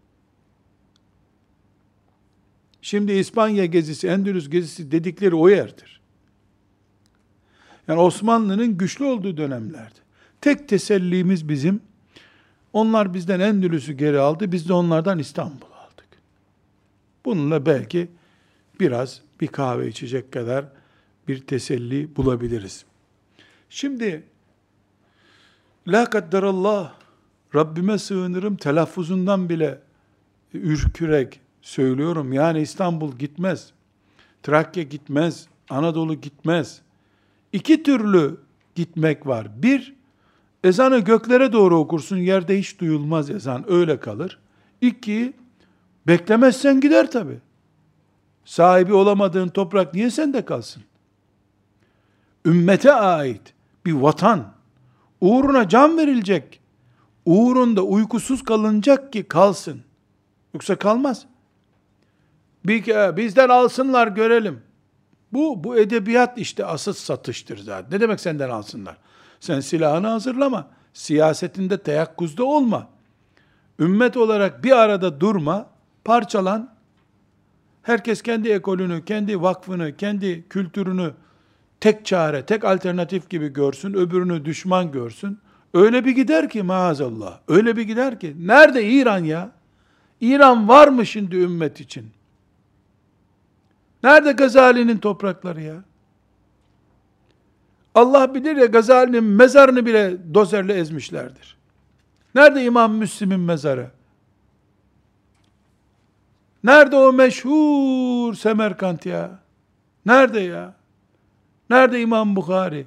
Şimdi İspanya gezisi, Endülüs gezisi dedikleri o yerdir. Yani Osmanlı'nın güçlü olduğu dönemlerdi. Tek tesellimiz bizim, onlar bizden Endülüs'ü geri aldı, biz de onlardan İstanbul'u aldık. Bununla belki biraz bir kahve içecek kadar bir teselli bulabiliriz. Şimdi, la kadderallah, Rabbime sığınırım, telaffuzundan bile ürkürek söylüyorum. Yani İstanbul gitmez, Trakya gitmez, Anadolu gitmez. İki türlü gitmek var. Bir, ezanı göklere doğru okursun, yerde hiç duyulmaz ezan, öyle kalır. İki, beklemezsen gider tabii. Sahibi olamadığın toprak niye sende kalsın? Ümmete ait bir vatan, uğruna can verilecek, uğrunda uykusuz kalınacak ki kalsın. Yoksa kalmaz. Bir, bizden alsınlar görelim. Bu, bu edebiyat işte asıl satıştır zaten. Ne demek senden alsınlar? Sen silahını hazırlama. Siyasetinde teyakkuzda olma. Ümmet olarak bir arada durma. Parçalan. Herkes kendi ekolünü, kendi vakfını, kendi kültürünü tek çare, tek alternatif gibi görsün. Öbürünü düşman görsün. Öyle bir gider ki maazallah. Öyle bir gider ki. Nerede İran ya? İran var mı şimdi ümmet için? Nerede Gazali'nin toprakları ya? Allah bilir ya, Gazali'nin mezarını bile dozerle ezmişlerdir. Nerede İmam Müslim'in mezarı? Nerede o meşhur Semerkant ya? Nerede ya? Nerede İmam Bukhari?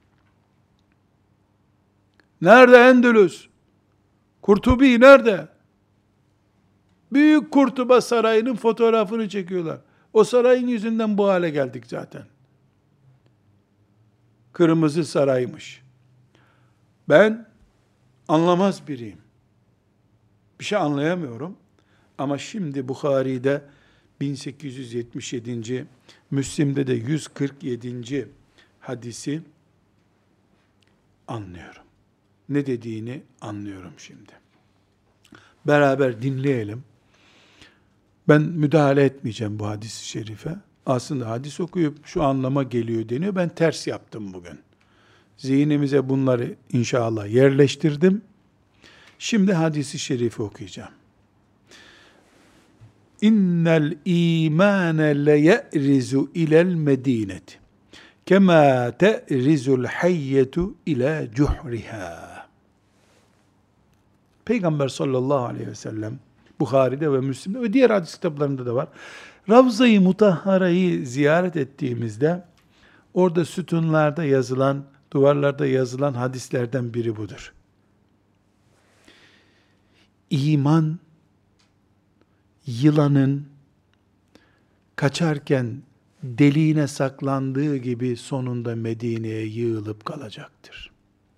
Nerede Endülüs? Kurtubi nerede? Büyük Kurtuba Sarayı'nın fotoğrafını çekiyorlar. O sarayın yüzünden bu hale geldik zaten. Kırmızı saraymış. Ben anlamaz biriyim. Bir şey anlayamıyorum. Ama şimdi Bukhari'de bin sekiz yüz yetmiş yedinci Müslim'de de yüz kırk yedinci hadisi anlıyorum. Ne dediğini anlıyorum şimdi. Beraber dinleyelim. Ben müdahale etmeyeceğim bu hadis-i şerife. Aslında hadis okuyup şu anlama geliyor deniyor. Ben ters yaptım bugün. Zihnimize bunları inşallah yerleştirdim. Şimdi hadis-i şerifi okuyacağım. İnnel imane le ye'rizu ilel medineti kema te'rizul hayyetu ila cuhriha. Peygamber sallallahu aleyhi ve sellem Bukhari'de ve Müslim'de ve diğer hadis kitaplarında da var. Ravza-i Mutahhara'yı ziyaret ettiğimizde orada sütunlarda yazılan Duvarlarda yazılan hadislerden biri budur. İman, yılanın kaçarken deliğine saklandığı gibi sonunda Medine'ye yığılıp kalacaktır.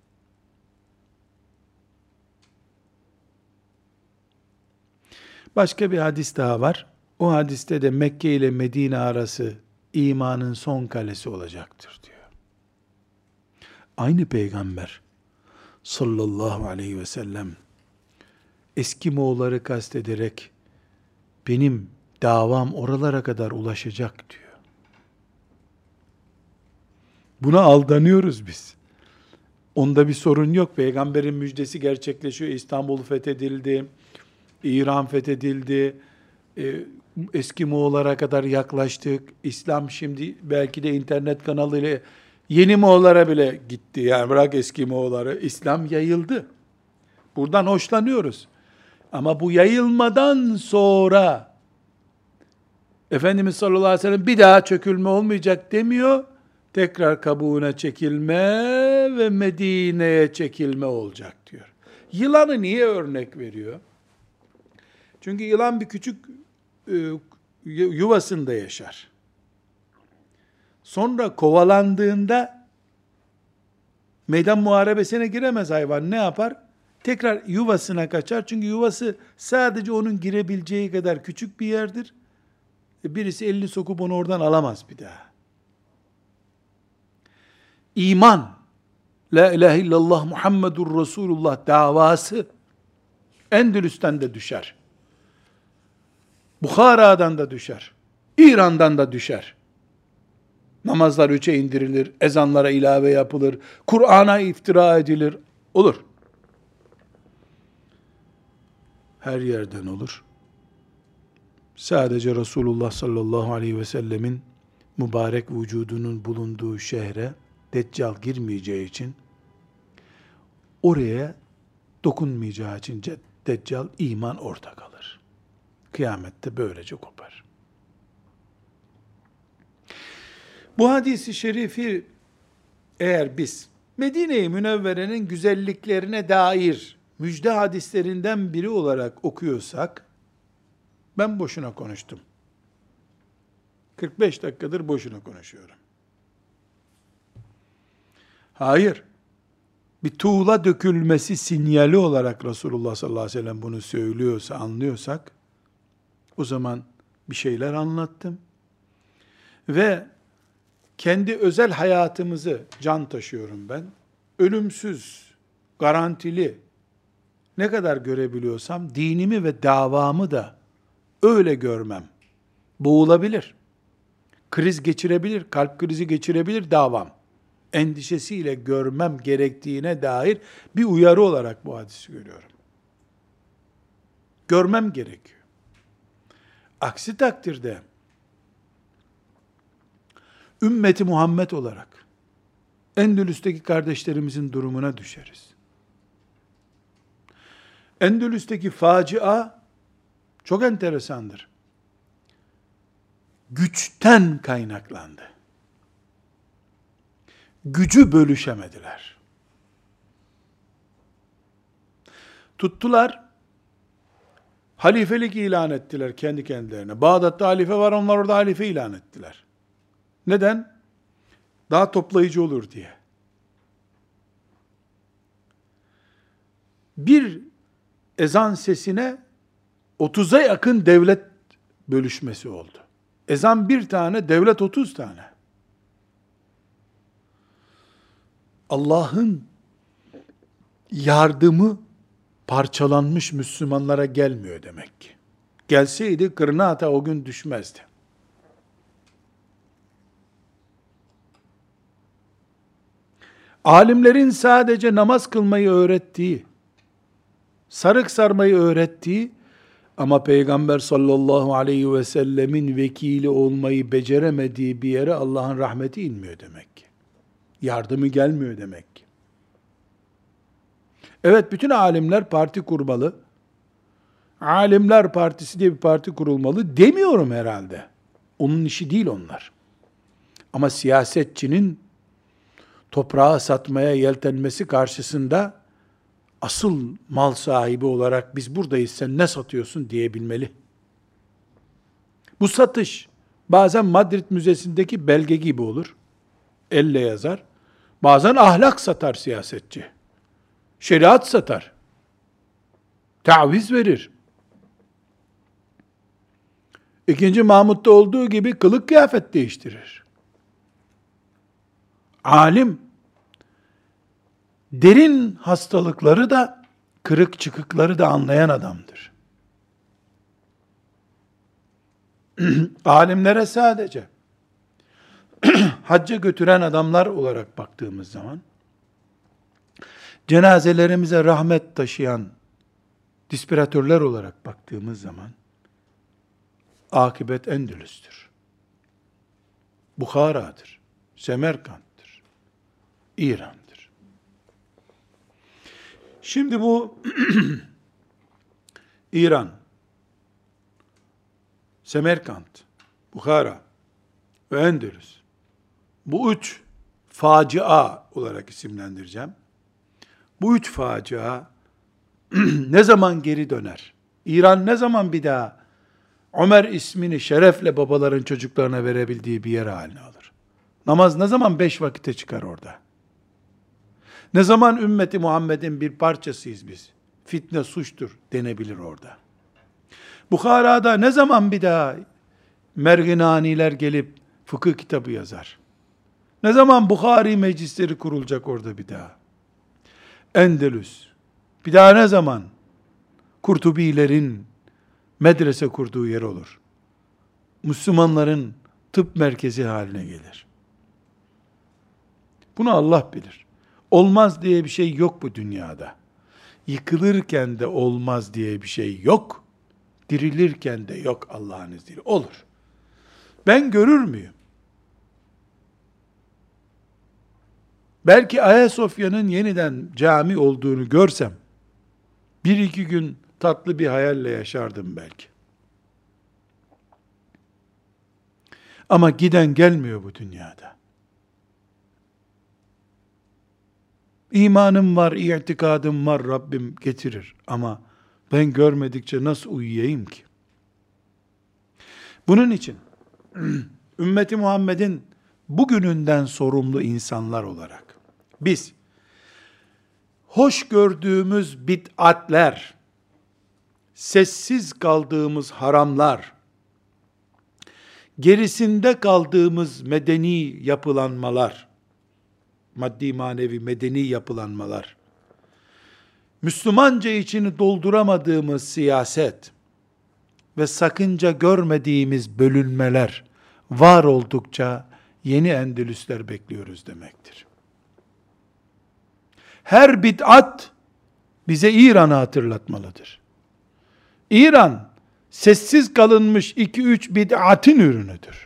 Başka bir hadis daha var. O hadiste de Mekke ile Medine arası imanın son kalesi olacaktır diyor. Aynı peygamber sallallahu aleyhi ve sellem Eskimoğulları kastederek benim davam oralara kadar ulaşacak diyor. Buna aldanıyoruz biz. Onda bir sorun yok. Peygamberin müjdesi gerçekleşiyor. İstanbul fethedildi. İran fethedildi. E, Eskimoğullara kadar yaklaştık. İslam şimdi belki de internet kanalıyla Yeni Moğollara bile gitti. Yani bırak Eskimoğulları. İslam yayıldı. Buradan hoşlanıyoruz. Ama bu yayılmadan sonra Efendimiz sallallahu aleyhi ve sellem bir daha çökülme olmayacak demiyor. Tekrar kabuğuna çekilme ve Medine'ye çekilme olacak diyor. Yılanı niye örnek veriyor? Çünkü yılan bir küçük e, yuvasında yaşar. Sonra kovalandığında meydan muharebesine giremez hayvan. Ne yapar? Tekrar yuvasına kaçar. Çünkü yuvası sadece onun girebileceği kadar küçük bir yerdir. Birisi elini sokup onu oradan alamaz bir daha. İman, la ilahe illallah Muhammedur Resulullah davası Endülüs'ten de düşer. Bukhara'dan da düşer. İran'dan da düşer. Namazlar üçe indirilir, ezanlara ilave yapılır, Kur'an'a iftira edilir. Olur. Her yerden olur. Sadece Resulullah sallallahu aleyhi ve sellemin mübarek vücudunun bulunduğu şehre Deccal girmeyeceği için, oraya dokunmayacağı için Deccal iman orada kalır. Kıyamette böylece kopar. Bu hadisi şerifi eğer biz Medine-i Münevvere'nin güzelliklerine dair müjde hadislerinden biri olarak okuyorsak, ben boşuna konuştum. kırk beş dakikadır boşuna konuşuyorum. Hayır. Bir tuğla dökülmesi sinyali olarak Resulullah sallallahu aleyhi ve sellem bunu söylüyorsa, anlıyorsak, o zaman bir şeyler anlattım. Ve kendi özel hayatımızı can taşıyorum ben. Ölümsüz, garantili ne kadar görebiliyorsam dinimi ve davamı da öyle görmem. Boğulabilir. Kriz geçirebilir, kalp krizi geçirebilir davam. Endişesiyle görmem gerektiğine dair bir uyarı olarak bu hadisi görüyorum. Görmem gerekiyor. Aksi takdirde ümmeti Muhammed olarak Endülüs'teki kardeşlerimizin durumuna düşeriz. Endülüs'teki facia çok enteresandır. Güçten kaynaklandı. Gücü bölüşemediler. Tuttular, halifelik ilan ettiler kendi kendilerine. Bağdat'ta halife var, onlar orada halife ilan ettiler. Neden? Daha toplayıcı olur diye. Bir ezan sesine otuza yakın devlet bölüşmesi oldu. Ezan bir tane, devlet otuz tane. Allah'ın yardımı parçalanmış Müslümanlara gelmiyor demek ki. Gelseydi Kırnata o gün düşmezdi. Alimlerin sadece namaz kılmayı öğrettiği, sarık sarmayı öğrettiği ama Peygamber sallallahu aleyhi ve sellemin vekili olmayı beceremediği bir yere Allah'ın rahmeti inmiyor demek ki. Yardımı gelmiyor demek ki. Evet, bütün alimler parti kurmalı. Alimler Partisi diye bir parti kurulmalı demiyorum herhalde. Onun işi değil onlar. Ama siyasetçinin toprağı satmaya yeltenmesi karşısında asıl mal sahibi olarak biz buradayız, sen ne satıyorsun diyebilmeli. Bu satış bazen Madrid Müzesi'ndeki belge gibi olur. Elle yazar. Bazen ahlak satar siyasetçi. Şeriat satar. Taviz verir. İkinci Mahmut'ta olduğu gibi kılık kıyafet değiştirir. Alim, derin hastalıkları da, kırık çıkıkları da anlayan adamdır. Alimlere sadece hacca götüren adamlar olarak baktığımız zaman, cenazelerimize rahmet taşıyan dispiratörler olarak baktığımız zaman, akıbet Endülüs'tür. Bukhara'dır. Semerkant'tır. İran'dır. Şimdi bu İran, Semerkant, Bukhara ve Endülüs, bu üç facia olarak isimlendireceğim. Bu üç facia ne zaman geri döner? İran ne zaman bir daha Ömer ismini şerefle babaların çocuklarına verebildiği bir yer haline alır? Namaz ne zaman beş vakite çıkar orada? Ne zaman ümmeti Muhammed'in bir parçasıyız biz? Fitne suçtur denebilir orada. Bukhara'da ne zaman bir daha merginaniler gelip fıkıh kitabı yazar? Ne zaman Bukhari meclisleri kurulacak orada bir daha? Endülüs, bir daha ne zaman Kurtubilerin medrese kurduğu yer olur? Müslümanların tıp merkezi haline gelir. Bunu Allah bilir. Olmaz diye bir şey yok bu dünyada. Yıkılırken de olmaz diye bir şey yok. Dirilirken de yok Allah'ın izniyle. Olur. Ben görür müyüm? Belki Ayasofya'nın yeniden cami olduğunu görsem, bir iki gün tatlı bir hayalle yaşardım belki. Ama giden gelmiyor bu dünyada. İmanım var, itikadım var, Rabbim getirir. Ama ben görmedikçe nasıl uyuyayım ki? Bunun için ümmeti Muhammed'in bugününden sorumlu insanlar olarak biz hoş gördüğümüz bid'atler, sessiz kaldığımız haramlar, gerisinde kaldığımız medeni yapılanmalar, maddi manevi medeni yapılanmalar, Müslümanca içini dolduramadığımız siyaset ve sakınca görmediğimiz bölünmeler var oldukça yeni Endülüsler bekliyoruz demektir. Her bid'at bize İran'ı hatırlatmalıdır. İran, sessiz kalınmış iki üç bid'atin ürünüdür.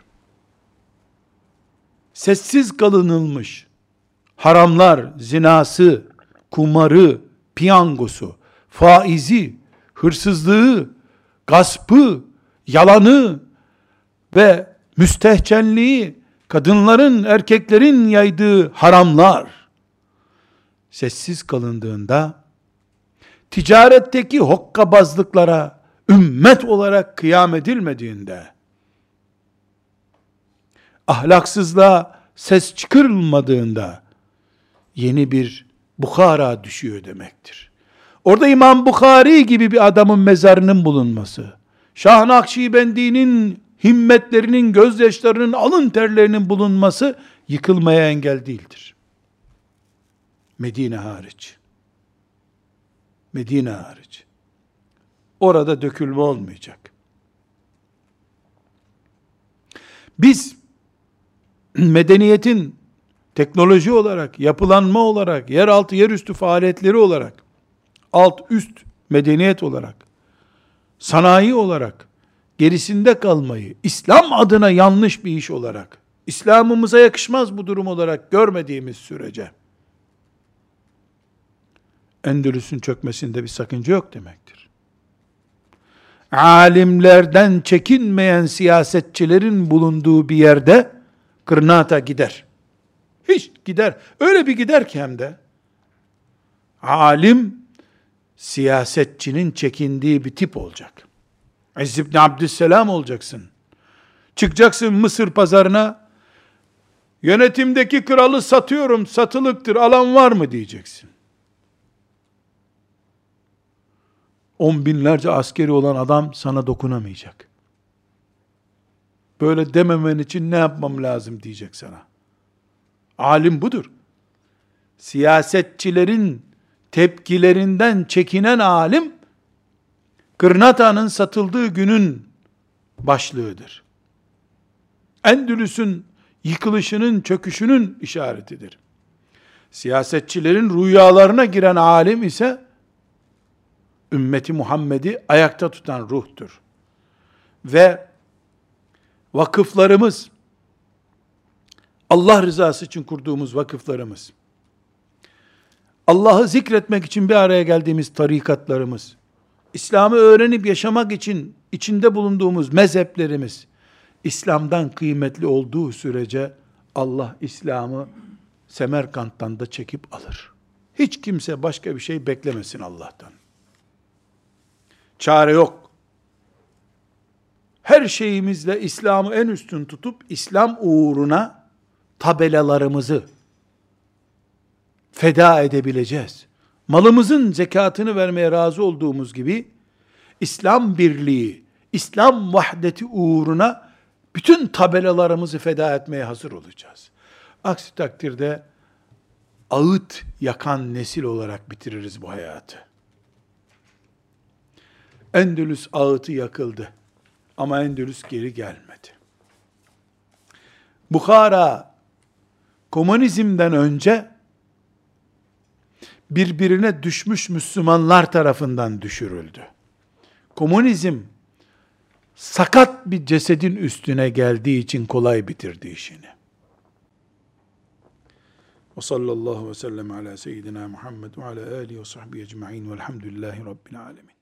Sessiz kalınılmış haramlar, zinası, kumarı, piyangosu, faizi, hırsızlığı, gaspı, yalanı ve müstehcenliği, kadınların, erkeklerin yaydığı haramlar sessiz kalındığında, ticaretteki hokkabazlıklara ümmet olarak kıyam edilmediğinde, ahlaksızlığa ses çıkarılmadığında, yeni bir Bukhara düşüyor demektir. Orada İmam Bukhari gibi bir adamın mezarının bulunması, Şah Nakşibendi'nin himmetlerinin, gözyaşlarının, alın terlerinin bulunması yıkılmaya engel değildir. Medine hariç. Medine hariç. Orada dökülme olmayacak. Biz medeniyetin teknoloji olarak, yapılanma olarak, yeraltı, yerüstü faaliyetleri olarak, alt üst medeniyet olarak, sanayi olarak gerisinde kalmayı, İslam adına yanlış bir iş olarak, İslam'ımıza yakışmaz bu durum olarak görmediğimiz sürece, Endülüs'ün çökmesinde bir sakınca yok demektir. Alimlerden çekinmeyen siyasetçilerin bulunduğu bir yerde kırnata gider. Hiç gider. Öyle bir gider ki hem de. Alim, siyasetçinin çekindiği bir tip olacak. İzz ibn Abdüsselam olacaksın. Çıkacaksın Mısır pazarına, yönetimdeki kralı satıyorum, satılıktır, alan var mı diyeceksin. On binlerce askeri olan adam sana dokunamayacak. Böyle dememen için ne yapmam lazım diyecek sana. Alim budur. Siyasetçilerin tepkilerinden çekinen alim, Kırnata'nın satıldığı günün başlığıdır. Endülüs'ün yıkılışının, çöküşünün işaretidir. Siyasetçilerin rüyalarına giren alim ise, ümmeti Muhammed'i ayakta tutan ruhtur. Ve vakıflarımız, Allah rızası için kurduğumuz vakıflarımız, Allah'ı zikretmek için bir araya geldiğimiz tarikatlarımız, İslam'ı öğrenip yaşamak için içinde bulunduğumuz mezheplerimiz, İslam'dan kıymetli olduğu sürece Allah İslam'ı Semerkant'tan da çekip alır. Hiç kimse başka bir şey beklemesin Allah'tan. Çare yok. Her şeyimizle İslam'ı en üstün tutup İslam uğruna tabelalarımızı feda edebileceğiz. Malımızın zekatını vermeye razı olduğumuz gibi İslam birliği, İslam vahdeti uğruna bütün tabelalarımızı feda etmeye hazır olacağız. Aksi takdirde ağıt yakan nesil olarak bitiririz bu hayatı. Endülüs ağıtı yakıldı. Ama Endülüs geri gelmedi. Bukhara, komünizmden önce birbirine düşmüş Müslümanlar tarafından düşürüldü. Komünizm, sakat bir cesedin üstüne geldiği için kolay bitirdi işini. Ve sallallahu ve sellem ala seyyidina Muhammed ve ala alihi ve sahbihi ecma'in velhamdülillahi rabbil alemin.